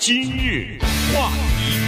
今日话题，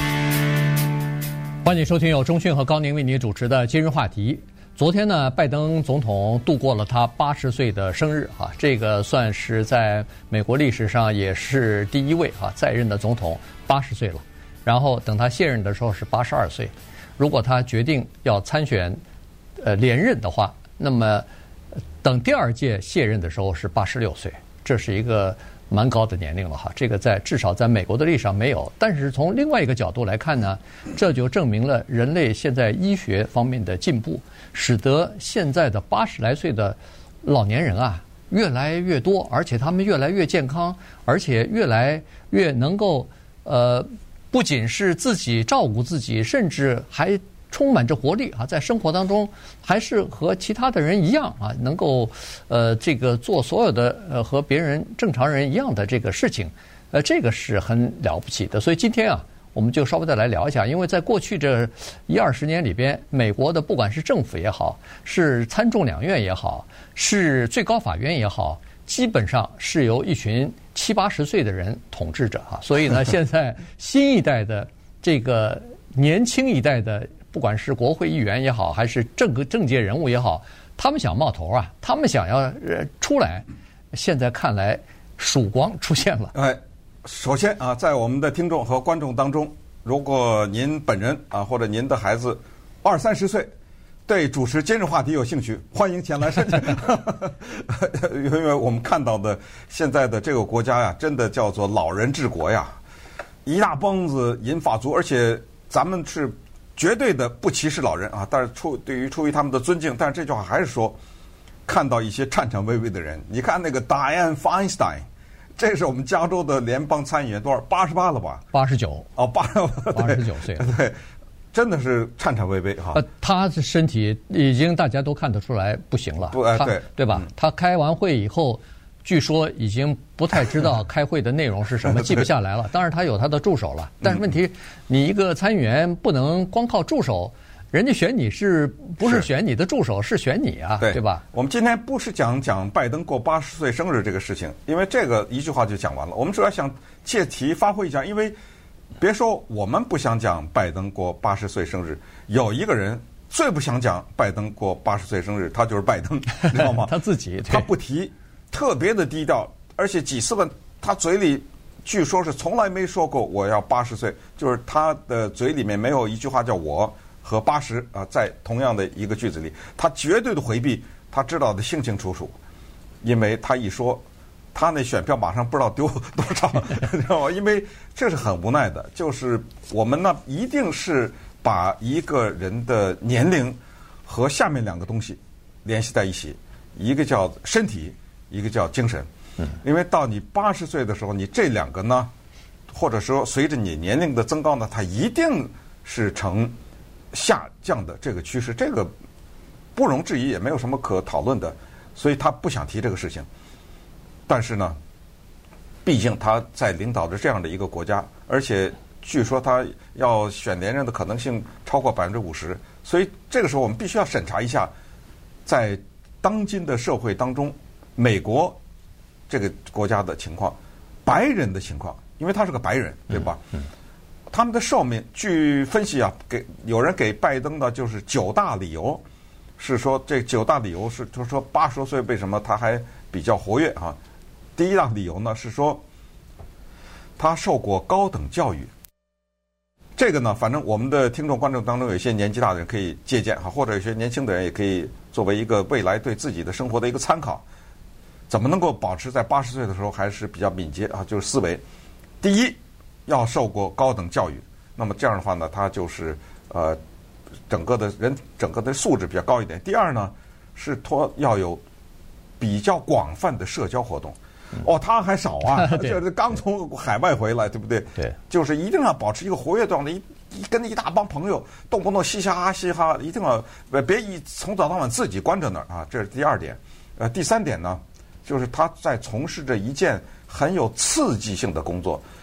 欢迎收听由钟讯和高宁为你主持的今日话题。昨天呢，拜登总统度过了他80岁的生日啊，这个算是在美国历史上也是第一位啊在任的总统80岁了。然后等他卸任的时候是82岁，如果他决定要参选连任的话，那么等第二届卸任的时候是86岁，这是一个蛮高的年龄了哈，这个至少在美国的历史上没有。但是从另外一个角度来看呢，这就证明了人类现在医学方面的进步，使得现在的80来岁的老年人啊越来越多，而且他们越来越健康，而且越来越能够不仅是自己照顾自己，甚至还充满着活力啊，在生活当中还是和其他的人一样啊，能够这个做所有的和别人正常人一样的这个事情，这个是很了不起的。所以今天啊，我们就稍微再来聊一下，因为在过去这10-20年里边，美国的不管是政府也好，是参众两院也好，是最高法院也好，基本上是由一群70-80岁的人统治着啊。所以呢，现在新一代的这个年轻一代的，不管是国会议员也好，还是政界人物也好，他们想冒头啊，他们想要出来，现在看来曙光出现了。 首先啊，在我们的听众和观众当中，如果您本人啊或者您的孩子20-30岁，对主持今日话题有兴趣，欢迎前来申请。因为我们看到的现在的这个国家呀，真的叫做老人治国呀，一大帮子银发族，而且咱们是绝对的不歧视老人啊，但是出于他们的尊敬，但是这句话还是说，看到一些颤颤巍巍的人，你看那个 Dianne Feinstein， 这是我们加州的联邦参议员，多少88了吧 ？89 哦 ，89岁了， 对，真的是颤颤巍巍哈。 他的身体已经大家都看得出来不行了，对吧？他开完会以后，据说已经不太知道开会的内容是什么，记不下来了。当然他有他的助手了，但是问题，你一个参议员不能光靠助手，人家选你不是选你的助手，是选你啊，对吧？ 我们今天不是讲拜登过80岁生日这个事情，因为这个一句话就讲完了。我们主要想借题发挥一下，因为别说我们不想讲拜登过80岁生日，有一个人最不想讲拜登过80岁生日，他就是拜登，知道吗？ 他自己他不提。特别的低调，而且几次问他嘴里据说是从来没说过我要80岁，就是他的嘴里面没有一句话叫我和80啊，在同样的一个句子里，他绝对的回避，他知道的清清楚楚，因为他一说，他那选票马上不知道丢多少，知道吗？因为这是很无奈的，就是我们呢一定是把一个人的年龄和下面两个东西联系在一起，一个叫身体，一个叫精神，因为到你80岁的时候，你这两个呢，或者说随着你年龄的增高呢，它一定是呈下降的这个趋势，这个不容置疑，也没有什么可讨论的，所以他不想提这个事情。但是呢，毕竟他在领导着这样的一个国家，而且据说他要选连任的可能性超过50%，所以这个时候我们必须要审查一下，在当今的社会当中，美国这个国家的情况，白人的情况，因为他是个白人，对吧？他们的寿命，据分析啊，有人给拜登的就是9大理由，是说这9大理由是就是说80多岁为什么他还比较活跃啊？第一大理由呢是说他受过高等教育。这个呢，反正我们的听众观众当中有一些年纪大的人可以借鉴哈，或者有些年轻的人也可以作为一个未来对自己的生活的一个参考。怎么能够保持在80岁的时候还是比较敏捷啊？就是思维。第一，要受过高等教育，那么这样的话呢，他就是整个的素质比较高一点。第二呢，是要有比较广泛的社交活动。他还少啊，就是刚从海外回来，对不对？ 对， 就是一定要保持一个活跃状态，跟一大帮朋友，动不动嘻哈嘻哈，一定要别从早到晚自己关着那儿啊，这是第二点。第三点呢，就是他在从事着一件很有刺激性的工作。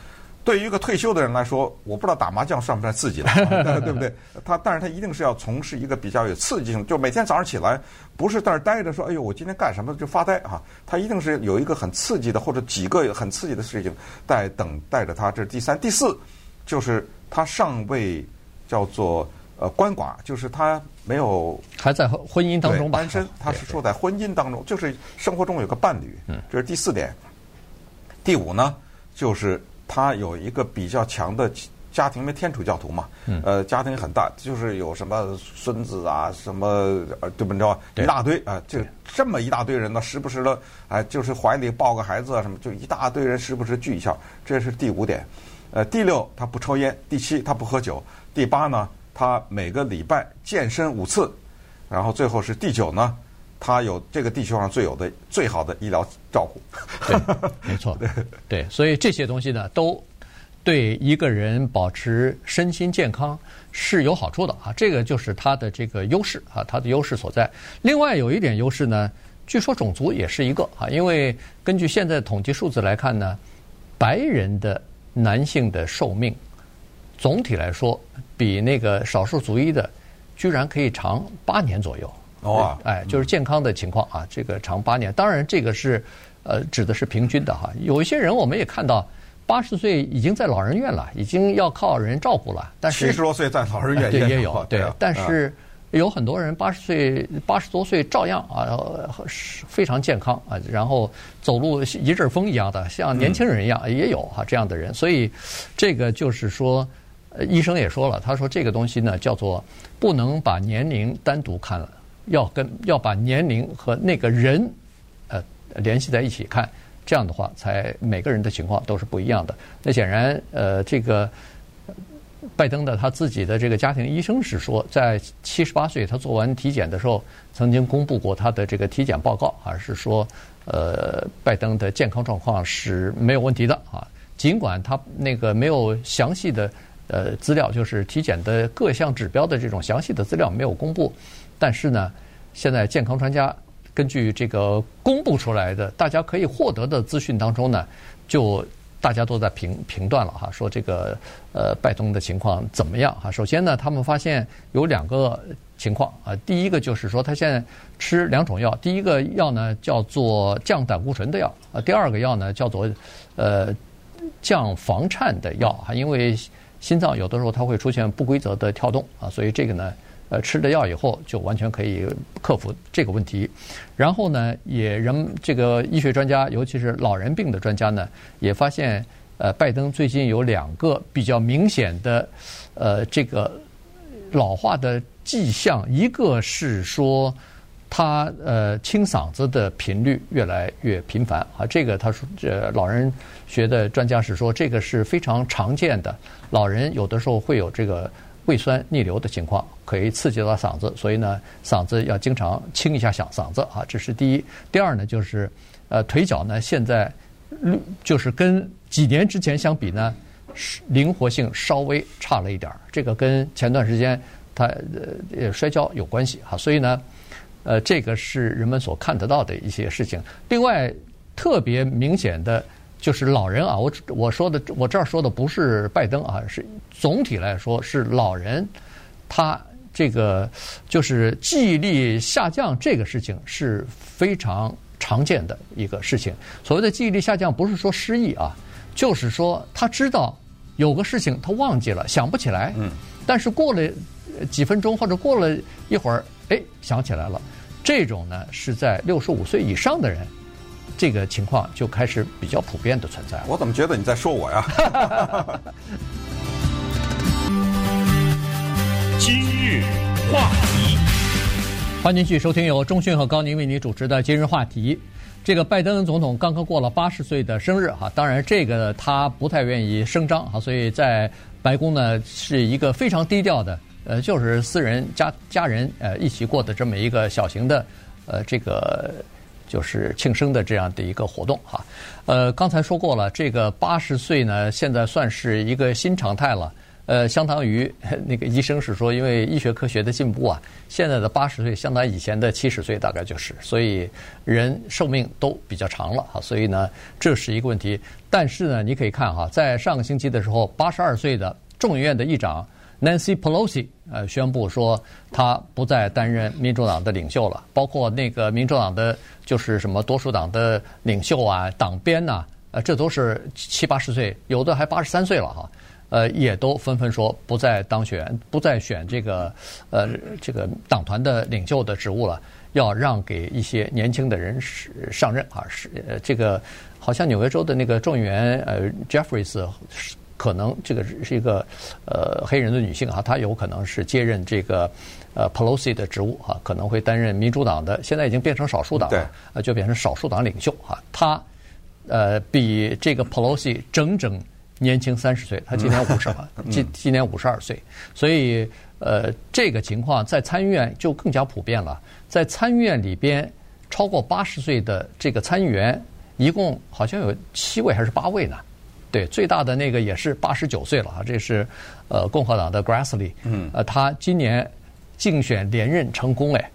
对于一个退休的人来说，我不知道打麻将算不算刺激了，对不对？但是他一定是要从事一个比较有刺激性，就每天早上起来不是在那儿待着说，哎呦，我今天干什么就发呆啊？他一定是有一个很刺激的或者几个很刺激的事情在等待着他。这是第三，第四就是他尚未叫做鳏寡，就是他没有还在婚姻当中吧， 单身，他是说在婚姻当中，就是生活中有个伴侣，这是第四点。第五呢，就是他有一个比较强的家庭，因为天主教徒嘛，家庭很大，就是有什么孙子啊，什么对不对？一大堆啊，这么一大堆人呢，时不时的就是怀里抱个孩子啊什么，就一大堆人时不时聚一下，这是第五点。第六，他不抽烟；第七，他不喝酒；第八呢，他每个礼拜健身5次，然后最后是第九呢，他有这个地球上最好的医疗照顾。 对，没错，对，所以这些东西呢，都对一个人保持身心健康是有好处的啊。这个就是他的这个优势啊，他的优势所在。另外有一点优势呢，据说种族也是一个啊，因为根据现在统计数字来看呢，白人的男性的寿命总体来说比那个少数族裔的居然可以长8年左右。就是健康的情况啊，这个长8年。当然这个是指的是平均的哈。有一些人我们也看到80岁已经在老人院了，已经要靠人照顾了，但是 70多岁在老人院也有，对，但是有很多人80多岁照样非常健康啊，然后走路一阵风一样的，像年轻人一样，也有这样的人。所以这个就是说，医生也说了，他说这个东西呢叫做不能把年龄单独看了，要把年龄和那个人联系在一起看，这样的话才每个人的情况都是不一样的。那显然这个拜登的他自己的这个家庭医生是说，在78岁他做完体检的时候，曾经公布过他的这个体检报告啊，是说拜登的健康状况是没有问题的啊，尽管他那个没有详细的资料，就是体检的各项指标的这种详细的资料没有公布，但是呢，现在健康专家根据这个公布出来的大家可以获得的资讯当中呢，就大家都在评断了哈，说这个拜登的情况怎么样哈？首先呢，他们发现有2个情况啊，第一个就是说他现在吃2种药，第一个药呢叫做降胆固醇的药啊，第二个药呢叫做降房颤的药啊，因为心脏有的时候它会出现不规则的跳动啊，所以这个呢吃了药以后就完全可以克服这个问题。然后呢，这个医学专家，尤其是老人病的专家呢，也发现拜登最近有2个比较明显的这个老化的迹象，一个是说他清嗓子的频率越来越频繁啊，这个他说老人学的专家是说这个是非常常见的，老人有的时候会有这个胃酸逆流的情况，可以刺激到嗓子，所以呢嗓子要经常清一下嗓子啊，这是第一。第二呢就是腿脚呢现在就是跟几年之前相比呢灵活性稍微差了一点，这个跟前段时间他摔跤有关系啊，所以呢这个是人们所看得到的一些事情。另外特别明显的就是老人啊，我这儿说的不是拜登啊，是总体来说是老人，他这个就是记忆力下降这个事情是非常常见的一个事情。所谓的记忆力下降不是说失忆啊，就是说他知道有个事情他忘记了，想不起来，但是过了几分钟或者过了一会儿，想起来了。这种呢是在65岁以上的人，这个情况就开始比较普遍的存在。 我怎么觉得你在说我呀？ 今日话题， 欢迎继续收听由钟迅和高宁为你主持的今日话题。这个拜登总统刚刚过了80岁的生日哈，当然这个他不太愿意声张哈，所以在白宫呢是一个非常低调的，就是私人家人一起过的这么一个小型的这个就是庆生的这样的一个活动哈。刚才说过了，这个80岁呢现在算是一个新常态了。 相当于那个医生是说，因为医学科学的进步啊，现在的80岁相当于以前的70岁，大概就是，所以人寿命都比较长了哈，所以呢，这是一个问题。但是呢，你可以看哈，在上个星期的时候，82岁的众议院的议长 Nancy Pelosi 宣布说，他不再担任民主党的领袖了，包括那个民主党的就是什么多数党的领袖啊、党鞭呐，这都是70、80岁，有的还83岁了哈。也都纷纷说不再当选，不再选这个党团的领袖的职务了，要让给一些年轻的人上任啊。这个好像纽约州的那个众议员Jeffries 可能这个是一个黑人的女性啊，她有可能是接任这个Pelosi 的职务啊，可能会担任民主党的，现在已经变成少数党了，就变成少数党领袖啊。她比这个 Pelosi 整整年轻30岁，他今年今年52岁，所以这个情况在参议院就更加普遍了。在参议院里边，超过80岁的这个参议员，一共好像有7位还是8位呢？对，最大的那个也是89岁了啊，这是共和党的 Grassley，他今年竞选连任成功哎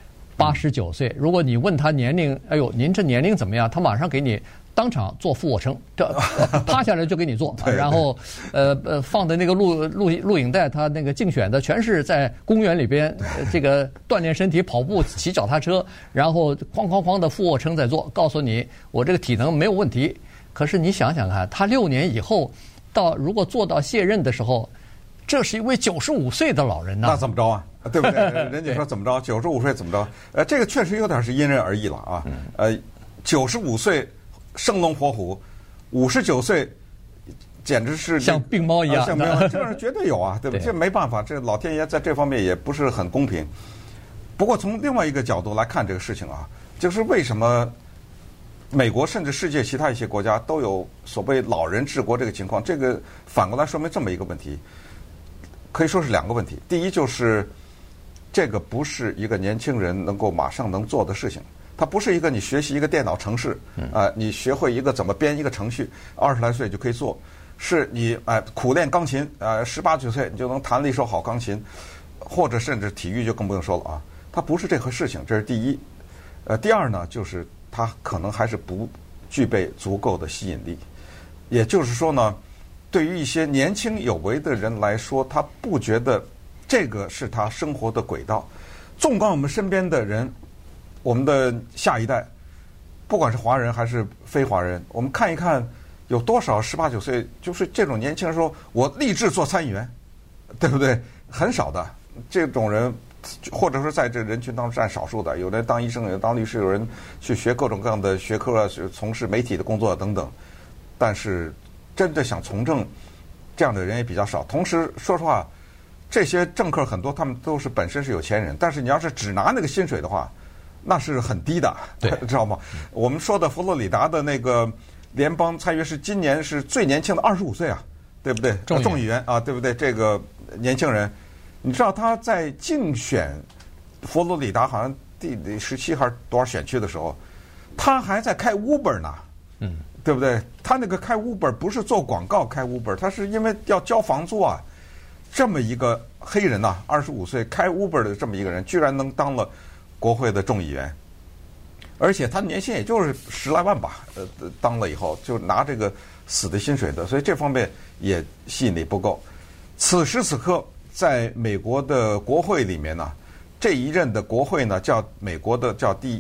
，89岁。如果你问他年龄，哎呦，您这年龄怎么样？他马上给你当场做俯卧撑，趴下来就给你做，然后放的那个录影带，他那个竞选的全是在公园里边这个锻炼身体、跑步、骑脚踏车，然后哐哐哐的俯卧撑在做，告诉你我这个体能没有问题。可是你想想看，他6年以后如果做到卸任的时候，这是一位95岁的老人呐， 那怎么着啊？对不对？人家说怎么着，95岁怎么着？这个确实有点是因人而异了啊。95岁生龙活虎，59岁简直是像病猫一样， 像病猫，这绝对有啊，对不对？这没办法，这老天爷在这方面也不是很公平。不过从另外一个角度来看这个事情啊，就是为什么美国甚至世界其他一些国家都有所谓老人治国这个情况？这个反过来说明这么一个问题，可以说是2个问题。第一就是这个不是一个年轻人能够马上能做的事情。它不是一个你学习一个电脑程式，你学会一个怎么编一个程序，20来岁就可以做，是你苦练钢琴，18、19岁你就能弹了一手好钢琴，或者甚至体育就更不用说了啊。它不是这回事情，这是第一。第二呢，就是它可能还是不具备足够的吸引力，也就是说呢，对于一些年轻有为的人来说，他不觉得这个是他生活的轨道。纵观我们身边的人，我们的下一代，不管是华人还是非华人，我们看一看有多少18、19岁就是这种年轻人说我立志做参议员，对不对？很少的这种人，或者说在这人群当中占少数的，有人当医生，有人当律师，有人去学各种各样的学科，从事媒体的工作等等。但是真的想从政这样的人也比较少。同时说实话，这些政客很多他们都是本身是有钱人，但是你要是只拿那个薪水的话，那是很低的，知道吗？我们说的佛罗里达的那个联邦参议员是今年是最年轻的25岁啊，对不对？众议员啊，对不对？这个年轻人，你知道他在竞选佛罗里达好像第17还是多少选区的时候，他还在开 Uber 呢，对不对？他那个开 Uber 不是做广告开 Uber， 他是因为要交房租啊。这么一个黑人呐，25岁开 Uber 的这么一个人，居然能当了国会的众议员，而且他年薪也就是10来万吧，当了以后就拿这个死的薪水的，所以这方面也吸引力不够。此时此刻，在美国的国会里面呢，这一任的国会呢叫美国的叫第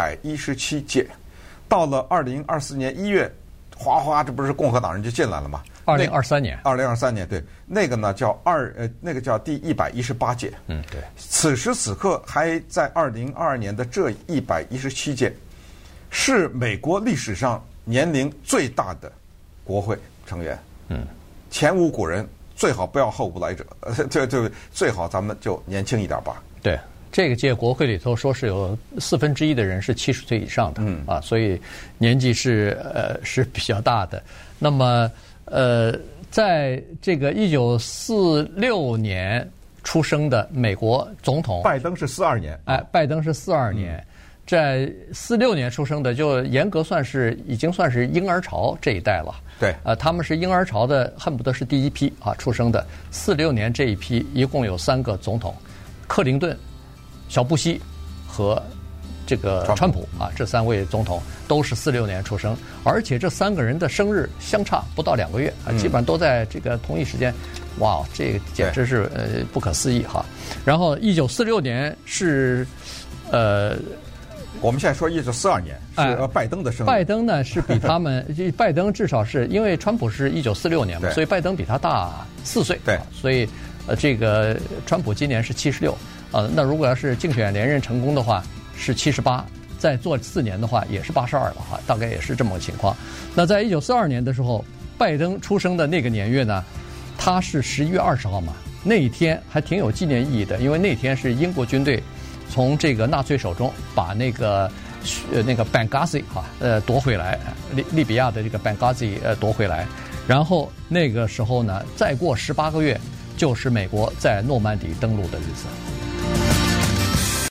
117届，到了2024年1月，哗哗，这不是共和党人就进来了吗 ？2023年 ，2023年对，那个呢叫那个叫第118届。 对。 此时此刻还在2022年的这117届，是美国历史上年龄最大的国会成员。前无古人，最好不要后无来者。对，最好咱们就年轻一点吧。 对，这个届国会里头说是有1/4的人是70岁以上的，所以年纪是比较大的。那么在这个1946年出生的美国总统拜登是42年， 拜登是42年， 在46年出生的，就严格已经算是婴儿潮这一代了。 对， 他们是婴儿潮的，恨不得是第一批出生的。46年这一批一共有3个总统，克林顿、小布希和这个川普这3位总统都是46年出生，而且这3个人的生日相差不到2个月基本上都在这个同一时间。哇，这个简直是不可思议哈。然后1946年是我们现在说1942年是拜登的生日。 拜登呢是比他们拜登至少是因为川普是1946年嘛，所以拜登比他大4岁。 对， 所以这个川普今年是76。那如果要是竞选连任成功的话是78，再做4年的话也是82了哈，大概也是这么个情况。那在1942年的时候，拜登出生的那个年月呢，他是11月20号嘛，那一天还挺有纪念意义的，因为那天是英国军队从这个纳粹手中把那个 Benghazi 夺回来，利比亚的这个 Benghazi 夺回来，然后那个时候呢，再过18个月就是美国在诺曼底登陆的日子。